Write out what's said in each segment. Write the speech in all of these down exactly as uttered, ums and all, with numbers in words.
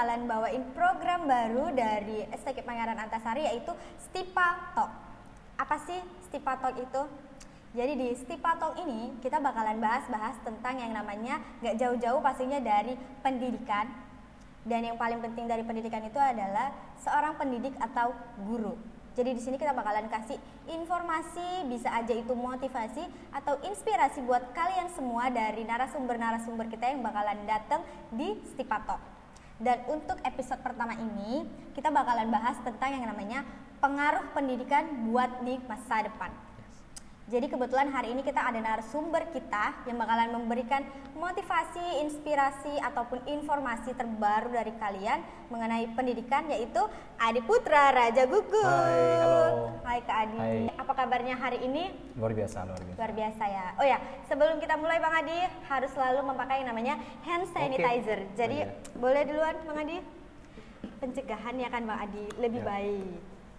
bakalan bawain program baru dari S T K Pangeran Antasari, yaitu Stipa Talk. Apa sih Stipa Talk itu? Jadi di Stipa Talk ini kita bakalan bahas-bahas tentang yang namanya gak jauh-jauh pastinya dari pendidikan. Dan yang paling penting dari pendidikan itu adalah seorang pendidik atau guru. Jadi di sini kita bakalan kasih informasi, bisa aja itu motivasi atau inspirasi buat kalian semua dari narasumber-narasumber kita yang bakalan datang di Stipa Talk. Dan untuk episode pertama ini, kita bakalan bahas tentang yang namanya pengaruh pendidikan buat di masa depan. Jadi kebetulan hari ini kita ada narasumber kita yang bakalan memberikan motivasi, inspirasi, ataupun informasi terbaru dari kalian mengenai pendidikan, yaitu Adi Putra Raja Gugu. Hai, halo. Hai Kak Adi. Hai. Apa kabarnya hari ini? Luar biasa, luar biasa. Luar biasa ya. Oh ya, sebelum kita mulai Bang Adi, harus selalu memakai yang namanya hand sanitizer. Oke. Jadi Oh, iya. boleh duluan Bang Adi? Pencegahan ya kan Bang Adi, lebih Ya. baik.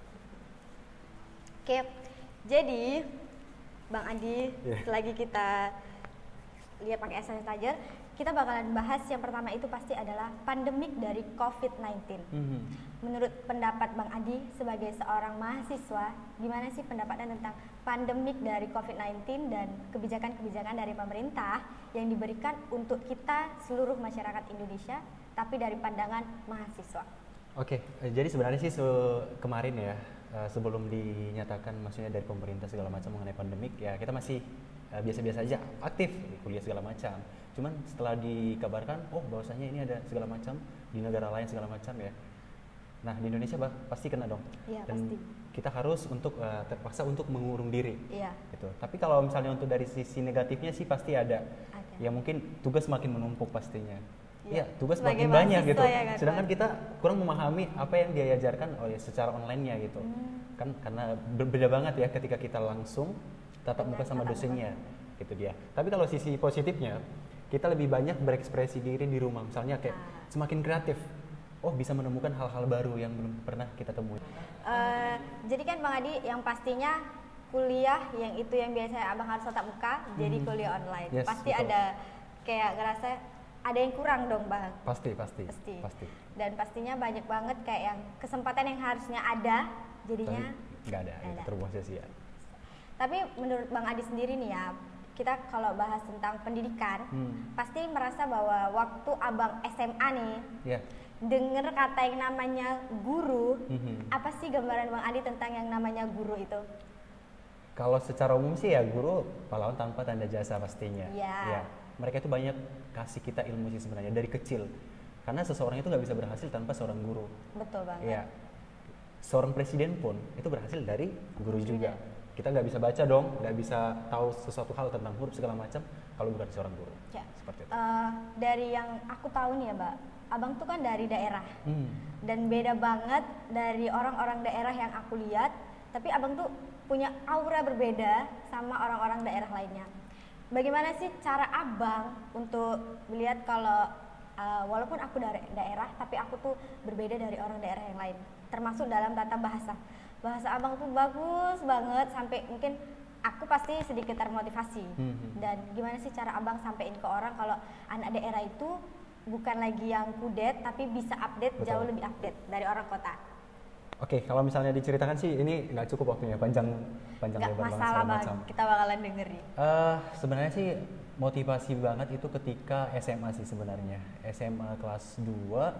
Oke, jadi Bang Adi, Yeah. selagi kita lihat pakai hand sanitizer, kita bakalan bahas yang pertama itu pasti adalah pandemik dari covid sembilan belas. Mhm. Menurut pendapat Bang Adi sebagai seorang mahasiswa, gimana sih pendapatnya tentang pandemik dari covid sembilan belas dan kebijakan-kebijakan dari pemerintah yang diberikan untuk kita seluruh masyarakat Indonesia, tapi dari pandangan mahasiswa? Oke, eh, jadi sebenarnya sih se- kemarin ya, eh, sebelum dinyatakan maksudnya dari pemerintah segala macam mengenai pandemik, ya kita masih eh, biasa-biasa aja, aktif kuliah segala macam. Cuman setelah dikabarkan, oh bahwasanya ini ada segala macam di negara lain segala macam ya. Nah di Indonesia bah, pasti kena dong. Iya, Dan pasti. kita harus untuk eh, terpaksa untuk mengurung diri. Iya. Gitu. Tapi kalau misalnya untuk dari sisi negatifnya sih pasti ada. Ada. Ya mungkin tugas makin menumpuk pastinya. Iya. Ya, tugas Sebagai makin banyak mahasiswa gitu. ya kan, Sedangkan Pak? kita kurang memahami apa yang dia ajarkan oh ya secara online-nya gitu. Hmm. Kan karena berbeda banget ya ketika kita langsung tatap Benar, muka sama tatap dosennya. Gitu dia. Tapi kalau sisi positifnya, kita lebih banyak berekspresi diri di rumah. Misalnya kayak Ah. semakin kreatif. Oh, bisa menemukan hal-hal baru yang belum pernah kita temui. Eh, jadi kan Bang Adi yang pastinya kuliah yang itu yang biasanya abang harus tatap muka, jadi Mhm. kuliah online. Yes, Pasti betul. ada kayak ngerasa ada yang kurang dong Bang. Pasti, pasti. Pasti. Pasti. Dan pastinya banyak banget kayak yang kesempatan yang harusnya ada jadinya. Tapi nggak ada, nggak gitu, ada. terbuang sia-sia. Tapi menurut Bang Adi sendiri nih ya, kita kalau bahas tentang pendidikan, Hmm. pasti merasa bahwa waktu abang S M A nih Ya. denger kata yang namanya guru, Mhm. apa sih gambaran Bang Adi tentang yang namanya guru itu? Kalau secara umum sih ya guru pahlawan tanpa tanda jasa pastinya. Iya. Ya. Mereka itu banyak kasih kita ilmu sih sebenarnya dari kecil. Karena seseorang itu nggak bisa berhasil tanpa seorang guru. Betul banget. Ya. Seorang presiden pun itu berhasil dari guru juga. Gurunya. Kita nggak bisa baca dong, nggak bisa tahu sesuatu hal tentang huruf segala macam kalau bukan seorang guru. Ya. Seperti itu. Eh, dari yang aku tahu nih ya, Mbak, abang tuh kan dari daerah Hmm. dan beda banget dari orang-orang daerah yang aku lihat. Tapi abang tuh punya aura berbeda sama orang-orang daerah lainnya. Bagaimana sih cara abang untuk melihat kalau eh, walaupun aku dari daerah, tapi aku tuh berbeda dari orang daerah yang lain, termasuk dalam tata bahasa. Bahasa abang tuh bagus banget sampai mungkin aku pasti sedikit termotivasi. Hmm. Dan gimana sih cara abang sampein ke orang kalau anak daerah itu bukan lagi yang kudet tapi bisa update, Betul. jauh lebih update dari orang kota. Oke, kalau misalnya diceritakan sih ini nggak cukup waktunya, panjang panjang Nggak lebar banget masalah segala bang, macam. kita bakalan dengerin. Eh, sebenarnya sih motivasi banget itu ketika S M A sih sebenarnya. S M A kelas dua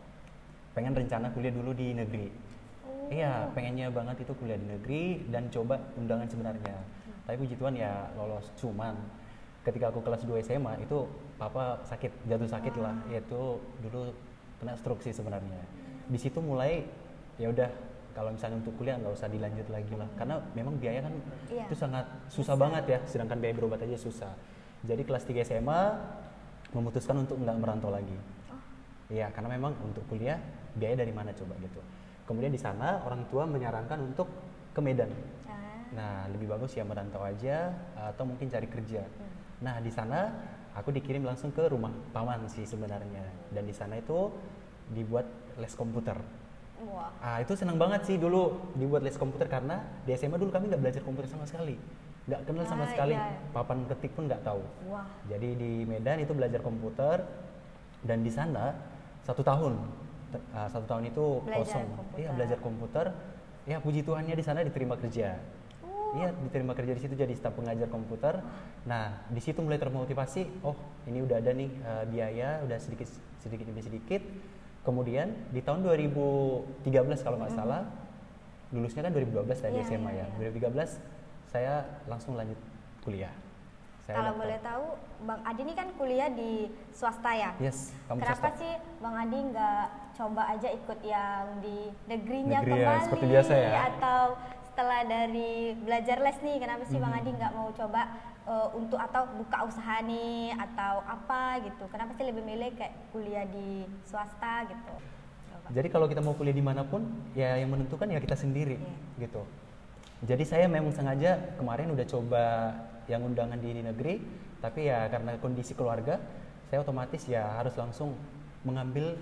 pengen rencana kuliah dulu di negeri. Oh. Iya, pengennya banget itu kuliah di negeri dan coba undangan sebenarnya. Tapi puji Tuhan ya lolos. Cuman ketika aku kelas dua S M A itu papa sakit, jatuh sakit lah. Yaitu dulu kena stroke sih sebenarnya. Di situ mulai ya udah kalau misalnya untuk kuliah nggak usah dilanjut lagi lah. Karena memang biaya kan Iya. itu sangat susah banget ya, sedangkan biaya berobat aja susah. Jadi kelas tiga S M A memutuskan untuk nggak merantau lagi. Iya, karena memang untuk kuliah biaya dari mana coba gitu. Kemudian di sana orang tua menyarankan untuk ke Medan. Ah. Nah, lebih bagus ya merantau aja atau mungkin cari kerja. Hmm. Nah, di sana aku dikirim langsung ke rumah paman sih sebenarnya. Dan di sana itu dibuat les komputer. Wah. Ah, itu senang banget sih dulu dibuat les komputer karena di S M A dulu kami nggak belajar komputer sama sekali. Nggak kenal sama Ah, sekali, iya. papan ketik pun nggak tahu. Wah. Jadi di Medan itu belajar komputer dan di sana satu tahun Ter- uh, satu tahun itu Belajar kosong. komputer. Iya, belajar komputer. Ya puji Tuhannya di sana diterima kerja. Iya, diterima kerja di situ jadi staf pengajar komputer. Nah, di situ mulai termotivasi. Oh, ini udah ada nih uh, biaya, udah sedikit sedikit demi sedikit. Kemudian di tahun dua ribu tiga belas kalau nggak salah, lulusnya kan dua ribu dua belas dari Iya, S M A iya, ya. iya. dua ribu tiga belas saya langsung lanjut kuliah. Saya Kalau daftar. boleh tahu, Bang Adi ini kan kuliah di swasta ya? Yes, kamu Kenapa swasta. sih Bang Adi nggak coba aja ikut yang di negerinya Negeri ya, kembali? seperti biasa ya. Atau setelah dari belajar les nih, kenapa sih Bang Mhm. Adi nggak mau coba uh, untuk atau buka usaha nih atau apa gitu? Kenapa sih lebih milih kayak kuliah di swasta gitu? Coba. Jadi kalau kita mau kuliah dimanapun, ya yang menentukan ya kita sendiri, Iya. gitu. Jadi saya memang sengaja kemarin udah coba yang undangan di negeri, tapi ya karena kondisi keluarga, saya otomatis ya harus langsung mengambil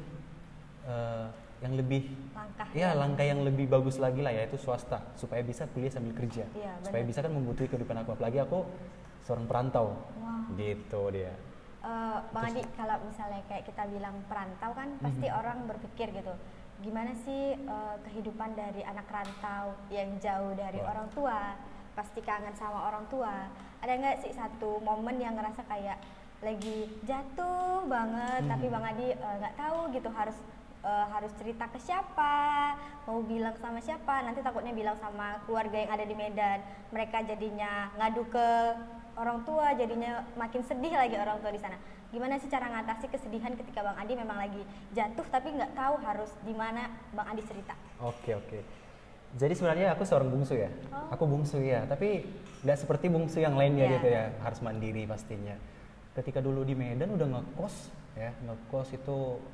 eh, yang lebih, Langkah ya yang- langkah yang lebih bagus lagi lah, yaitu swasta, supaya bisa kuliah sambil kerja, Iya, supaya benar. bisa kan membutuhkan kehidupan aku. Apalagi aku seorang perantau, Wah. gitu dia. Eh, Bang Adi, kalau misalnya kayak kita bilang perantau kan pasti Mhm. orang berpikir gitu, gimana sih eh, kehidupan dari anak rantau yang jauh dari Wah. orang tua, pasti kangen sama orang tua. Ada nggak sih satu momen yang ngerasa kayak lagi jatuh banget, tapi Mhm. Bang Adi eh, nggak tahu gitu harus eh, harus cerita ke siapa, mau bilang sama siapa, nanti takutnya bilang sama keluarga yang ada di Medan, mereka jadinya ngadu ke orang tua, jadinya makin sedih lagi orang tua di sana. Gimana sih cara ngatasi kesedihan ketika Bang Adi memang lagi jatuh tapi nggak tahu harus di mana Bang Adi cerita? Oke oke. Jadi sebenarnya aku seorang bungsu ya. Oh. Aku bungsu ya, tapi nggak seperti bungsu yang lainnya Iya. gitu ya. Harus mandiri pastinya. Ketika dulu di Medan udah ngekos ya, ngekos itu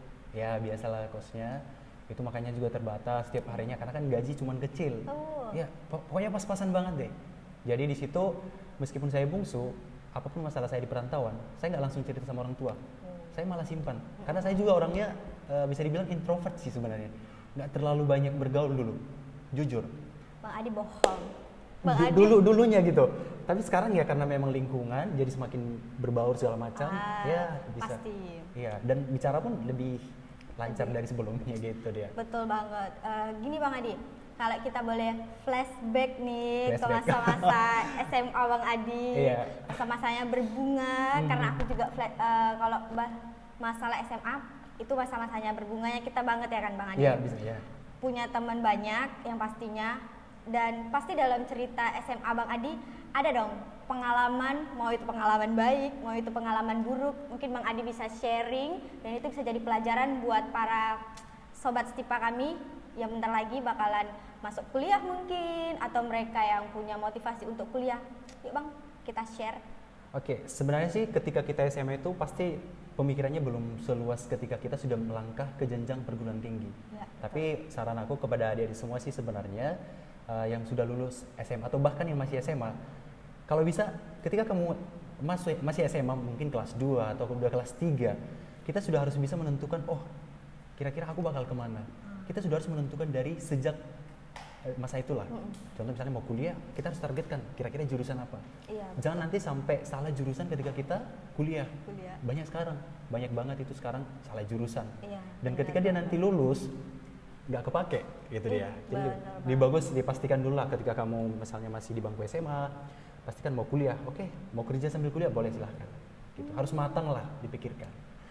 ya biasalah kosnya. Itu makanya juga terbatas setiap harinya karena kan gaji cuman kecil. Oh. Ya, pok- pokoknya pas-pasan banget deh. Jadi di situ meskipun saya bungsu, apapun masalah saya di perantauan, saya nggak langsung cerita sama orang tua. Saya malah simpan. Karena saya juga orangnya eh, bisa dibilang introvert sih sebenarnya. Nggak terlalu banyak bergaul dulu. Jujur. Bang Adi bohong. Bang Du- Adi dulu dulunya gitu. Tapi sekarang ya karena memang lingkungan jadi semakin berbaur segala macam, Ah, ya bisa. pasti. Iya, dan bicara pun lebih lancar dari sebelumnya gitu dia. Betul banget. Eh, gini Bang Adi, kalau kita boleh flashback nih Flashback. ke masa-masa S M A Bang Adi, Iya. masa-masanya berbunga, Mhm. karena aku juga fla- eh, kalau bahas masalah S M A itu masa-masanya berbunganya kita banget ya kan Bang Adi? Iya, bisa ya. Punya teman banyak yang pastinya, dan pasti dalam cerita S M A Bang Adi ada dong pengalaman, mau itu pengalaman baik, mau itu pengalaman buruk, mungkin Bang Adi bisa sharing dan itu bisa jadi pelajaran buat para sobat Stipa kami yang bentar lagi bakalan masuk kuliah mungkin, atau mereka yang punya motivasi untuk kuliah. Yuk Bang, kita share. Oke, sebenarnya sih ketika kita S M A itu pasti pemikirannya belum seluas ketika kita sudah melangkah ke jenjang perguruan tinggi. Ya, Tapi saran aku kepada adik-adik semua sih sebenarnya uh, yang sudah lulus S M A atau bahkan yang masih S M A, kalau bisa ketika kamu masuk masih S M A mungkin kelas dua atau udah kelas tiga, kita sudah harus bisa menentukan, oh kira-kira aku bakal kemana. Kita sudah harus menentukan dari sejak eh, masa itulah. Contoh misalnya mau kuliah, kita harus targetkan kira-kira jurusan apa. Iya. Jangan nanti sampai salah jurusan ketika kita kuliah. Kuliah. Banyak sekarang, banyak banget itu sekarang salah jurusan. Iya, Dan benar ketika dia banget. nanti lulus, nggak kepake gitu Iya, dia. Jadi benar lebih banget. bagus dipastikan dulu lah ketika kamu misalnya masih di bangku S M A, pastikan mau kuliah. Oke, mau kerja sambil kuliah boleh silahkan. Gitu. Harus matang lah dipikirkan.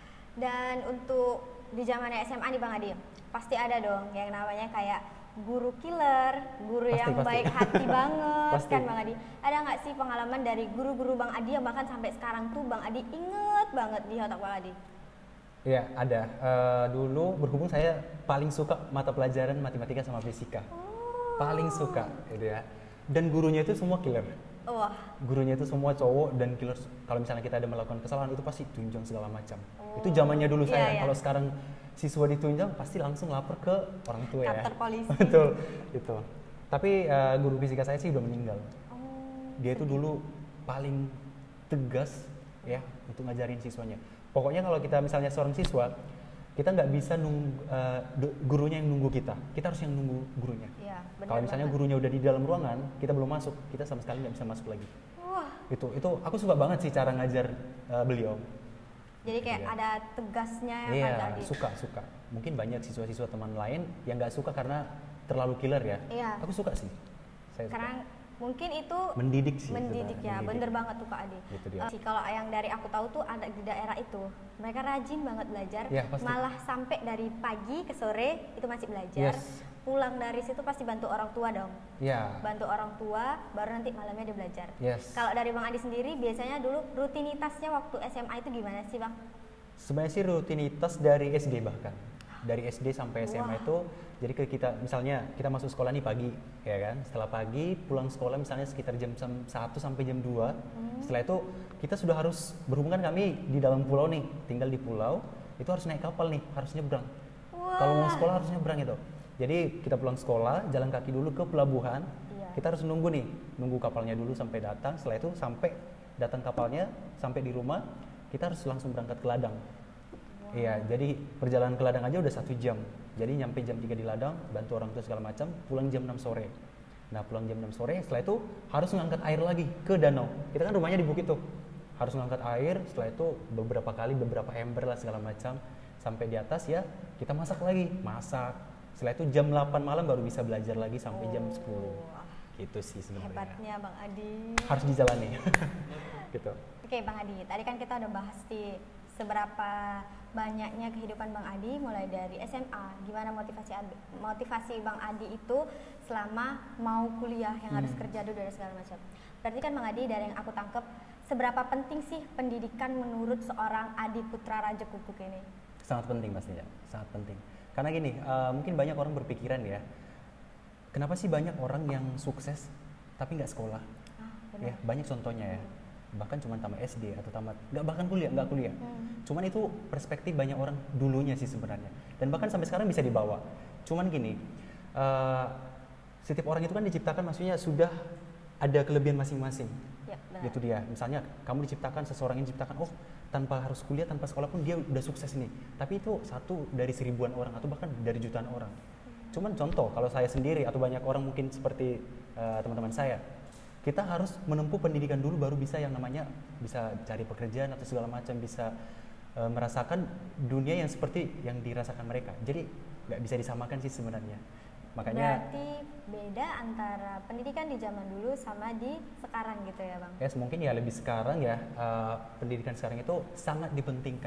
Dan untuk di zamannya S M A nih Bang Adi, pasti ada dong yang namanya kayak guru killer, guru Pasti, yang pasti. baik hati banget Pasti. kan Bang Adi. Ada nggak sih pengalaman dari guru-guru Bang Adi yang bahkan sampai sekarang tuh Bang Adi inget banget di otak Bang Adi? Iya, ada. Eh, dulu berhubung saya paling suka mata pelajaran matematika sama fisika. Paling suka gitu ya. Dan gurunya itu semua killer. Wah, Gurunya itu semua cowok dan killer. Kalau misalnya kita ada melakukan kesalahan itu pasti tunjang segala macam. Oh, Itu zamannya dulu iya, saya. iya. Kalau sekarang siswa ditunjang pasti langsung lapor ke orang tua ya. kantor polisi. Betul, itu. Tapi eh, guru fisika saya sih udah meninggal. Oh, Dia itu dulu paling tegas ya untuk ngajarin siswanya. Pokoknya kalau kita misalnya seorang siswa, kita nggak bisa nunggu eh, du- gurunya yang nunggu kita. Kita harus yang nunggu gurunya. iya, benar Kalau misalnya banget. gurunya udah di dalam ruangan, kita belum masuk, kita sama sekali nggak bisa masuk lagi. Wah, Itu itu aku suka banget sih cara ngajar eh, beliau. jadi kayak Iya. ada tegasnya ya Pak Iya, Adi. suka suka. mungkin banyak siswa-siswa teman lain yang nggak suka karena terlalu killer ya. Iya. Aku suka sih. Saya Karena suka. mungkin itu Mendidik sih. mendidik ya, mendidik. bener banget tuh Kak Adi. Gitu dia. Eh, sih, kalau yang dari aku tahu tuh anak di daerah itu mereka rajin banget belajar, Ya, pasti. malah sampai dari pagi ke sore itu masih belajar. Yes. Pulang dari situ pasti bantu orang tua dong. Ya. Bantu orang tua, baru nanti malamnya dia belajar. Yes. Kalau dari Bang Adi sendiri biasanya dulu rutinitasnya waktu S M A itu gimana sih Bang? Sebenarnya sih rutinitas dari S D bahkan. Dari S D sampai S M A Wah. itu, jadi ke kita misalnya kita masuk sekolah nih pagi, ya kan? Setelah pagi pulang sekolah misalnya sekitar jam satu sampai jam dua. Hmm. Setelah itu kita sudah harus berhubungan, kami di dalam pulau nih, tinggal di pulau, itu harus naik kapal nih, harus nyebrang. Wah. Kalau mau sekolah harus nyebrang itu. Jadi kita pulang sekolah, jalan kaki dulu ke pelabuhan. Iya. Kita harus nunggu nih, nunggu kapalnya dulu sampai datang. Setelah itu sampai datang kapalnya, sampai di rumah, kita harus langsung berangkat ke ladang. Iya, jadi perjalanan ke ladang aja udah satu jam. Jadi nyampe jam tiga di ladang, bantu orang tua segala macam, pulang jam enam sore. Nah pulang jam enam sore, setelah itu harus ngangkat air lagi ke danau. Kita kan rumahnya di bukit tuh, harus ngangkat air. Setelah itu beberapa kali, beberapa ember lah segala macam. Sampai di atas ya, kita masak lagi, masak. Setelah itu jam delapan malam baru bisa belajar lagi sampai jam sepuluh. Wah, Gitu sih sebenarnya. hebatnya Bang Adi. Harus dijalani. Gitu. Oke Bang Adi, tadi kan kita udah bahas di seberapa banyaknya kehidupan Bang Adi mulai dari S M A, gimana motivasi Adi- motivasi Bang Adi itu selama mau kuliah yang harus Hmm. kerja dulu dan segala macam. Berarti kan Bang Adi dari yang aku tangkap, seberapa penting sih pendidikan menurut seorang Adi Putra Raja Kukuk ini? Sangat penting pastinya, sangat penting. Karena gini, uh, mungkin banyak orang berpikiran ya, kenapa sih banyak orang yang sukses tapi nggak sekolah? Ah, Ya, benar. banyak contohnya ya. Bahkan cuma tamat S D atau tamat, nggak bahkan kuliah, nggak kuliah. Hmm. Cuman itu perspektif banyak orang dulunya sih sebenarnya. Dan bahkan sampai sekarang bisa dibawa. Cuman gini, uh, setiap orang itu kan diciptakan maksudnya sudah ada kelebihan masing-masing. Ya, benar. Gitu dia. Misalnya kamu diciptakan, seseorang yang diciptakan, oh tanpa harus kuliah, tanpa sekolah pun dia udah sukses nih. Tapi itu satu dari seribuan orang atau bahkan dari jutaan orang. Cuman contoh, kalau saya sendiri atau banyak orang mungkin seperti uh, teman-teman saya, kita harus menempuh pendidikan dulu baru bisa yang namanya bisa cari pekerjaan atau segala macam, bisa uh, merasakan dunia yang seperti yang dirasakan mereka. Jadi nggak bisa disamakan sih sebenarnya. Makanya Berarti beda antara pendidikan di zaman dulu sama di sekarang gitu ya Bang? ya mungkin ya lebih sekarang ya, uh, pendidikan sekarang itu sangat dipentingkan.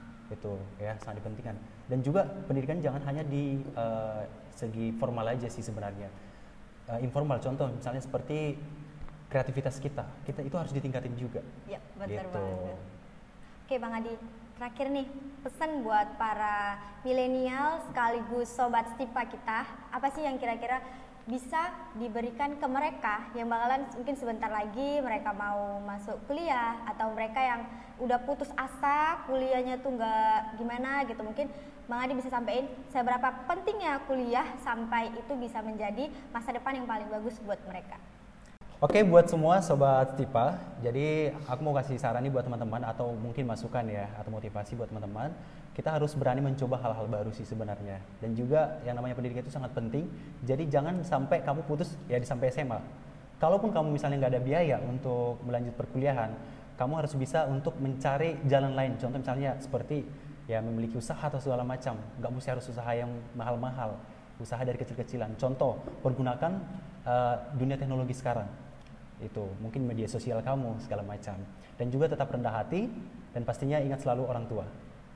Itu ya sangat dipentingkan. Dan juga pendidikan jangan hanya di uh, segi formal aja sih sebenarnya. Uh, informal contoh misalnya seperti kreativitas kita. Kita itu harus ditingkatin juga. Ya, betul Gitu. banget. Oke Bang Adi, terakhir nih pesan buat para milenial sekaligus sobat Stipa kita, apa sih yang kira-kira bisa diberikan ke mereka yang bakalan mungkin sebentar lagi mereka mau masuk kuliah, atau mereka yang udah putus asa kuliahnya tuh nggak gimana gitu, mungkin Bang Adi bisa sampaikan seberapa pentingnya kuliah sampai itu bisa menjadi masa depan yang paling bagus buat mereka. Oke, buat semua sobat Stipa, jadi aku mau kasih saran nih buat teman-teman atau mungkin masukan ya atau motivasi buat teman-teman. Kita harus berani mencoba hal-hal baru sih sebenarnya. Dan juga yang namanya pendidikan itu sangat penting. Jadi jangan sampai kamu putus ya di sampai S M A. Kalaupun kamu misalnya nggak ada biaya untuk melanjut perkuliahan, kamu harus bisa untuk mencari jalan lain. Contoh misalnya seperti ya memiliki usaha atau segala macam. Nggak mesti harus usaha yang mahal-mahal. Usaha dari kecil-kecilan. Contoh, pergunakan uh, dunia teknologi sekarang. Itu mungkin media sosial kamu segala macam, dan juga tetap rendah hati dan pastinya ingat selalu orang tua.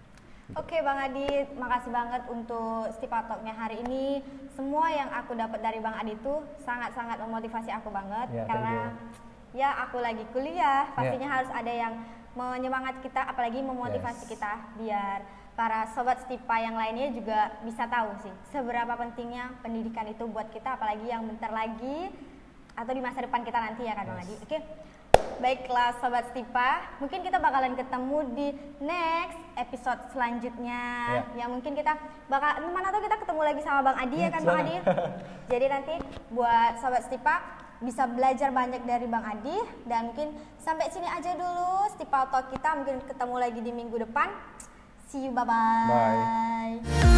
Oke Bang Adi, makasih banget untuk Stipa Talk-nya hari ini. Semua yang aku dapat dari Bang Adi itu sangat-sangat memotivasi aku banget, Ya, karena ya aku lagi kuliah, pastinya Ya. harus ada yang menyemangat kita, apalagi memotivasi Yes. kita biar para sobat Stipa yang lainnya juga bisa tahu sih seberapa pentingnya pendidikan itu buat kita, apalagi yang bentar lagi atau di masa depan kita nanti ya kan Bang Adi. Yes. Oke. Baiklah sobat Stipa, mungkin kita bakalan ketemu di next episode selanjutnya. Ya. Ya mungkin kita bakal mana tahu kita ketemu lagi sama Bang Adi ya Hmm, kan Bang silakan. Adi. Jadi nanti buat sobat Stipa bisa belajar banyak dari Bang Adi, dan mungkin sampai sini aja dulu Stipa Talk kita, mungkin ketemu lagi di minggu depan. See you, bye bye. Bye.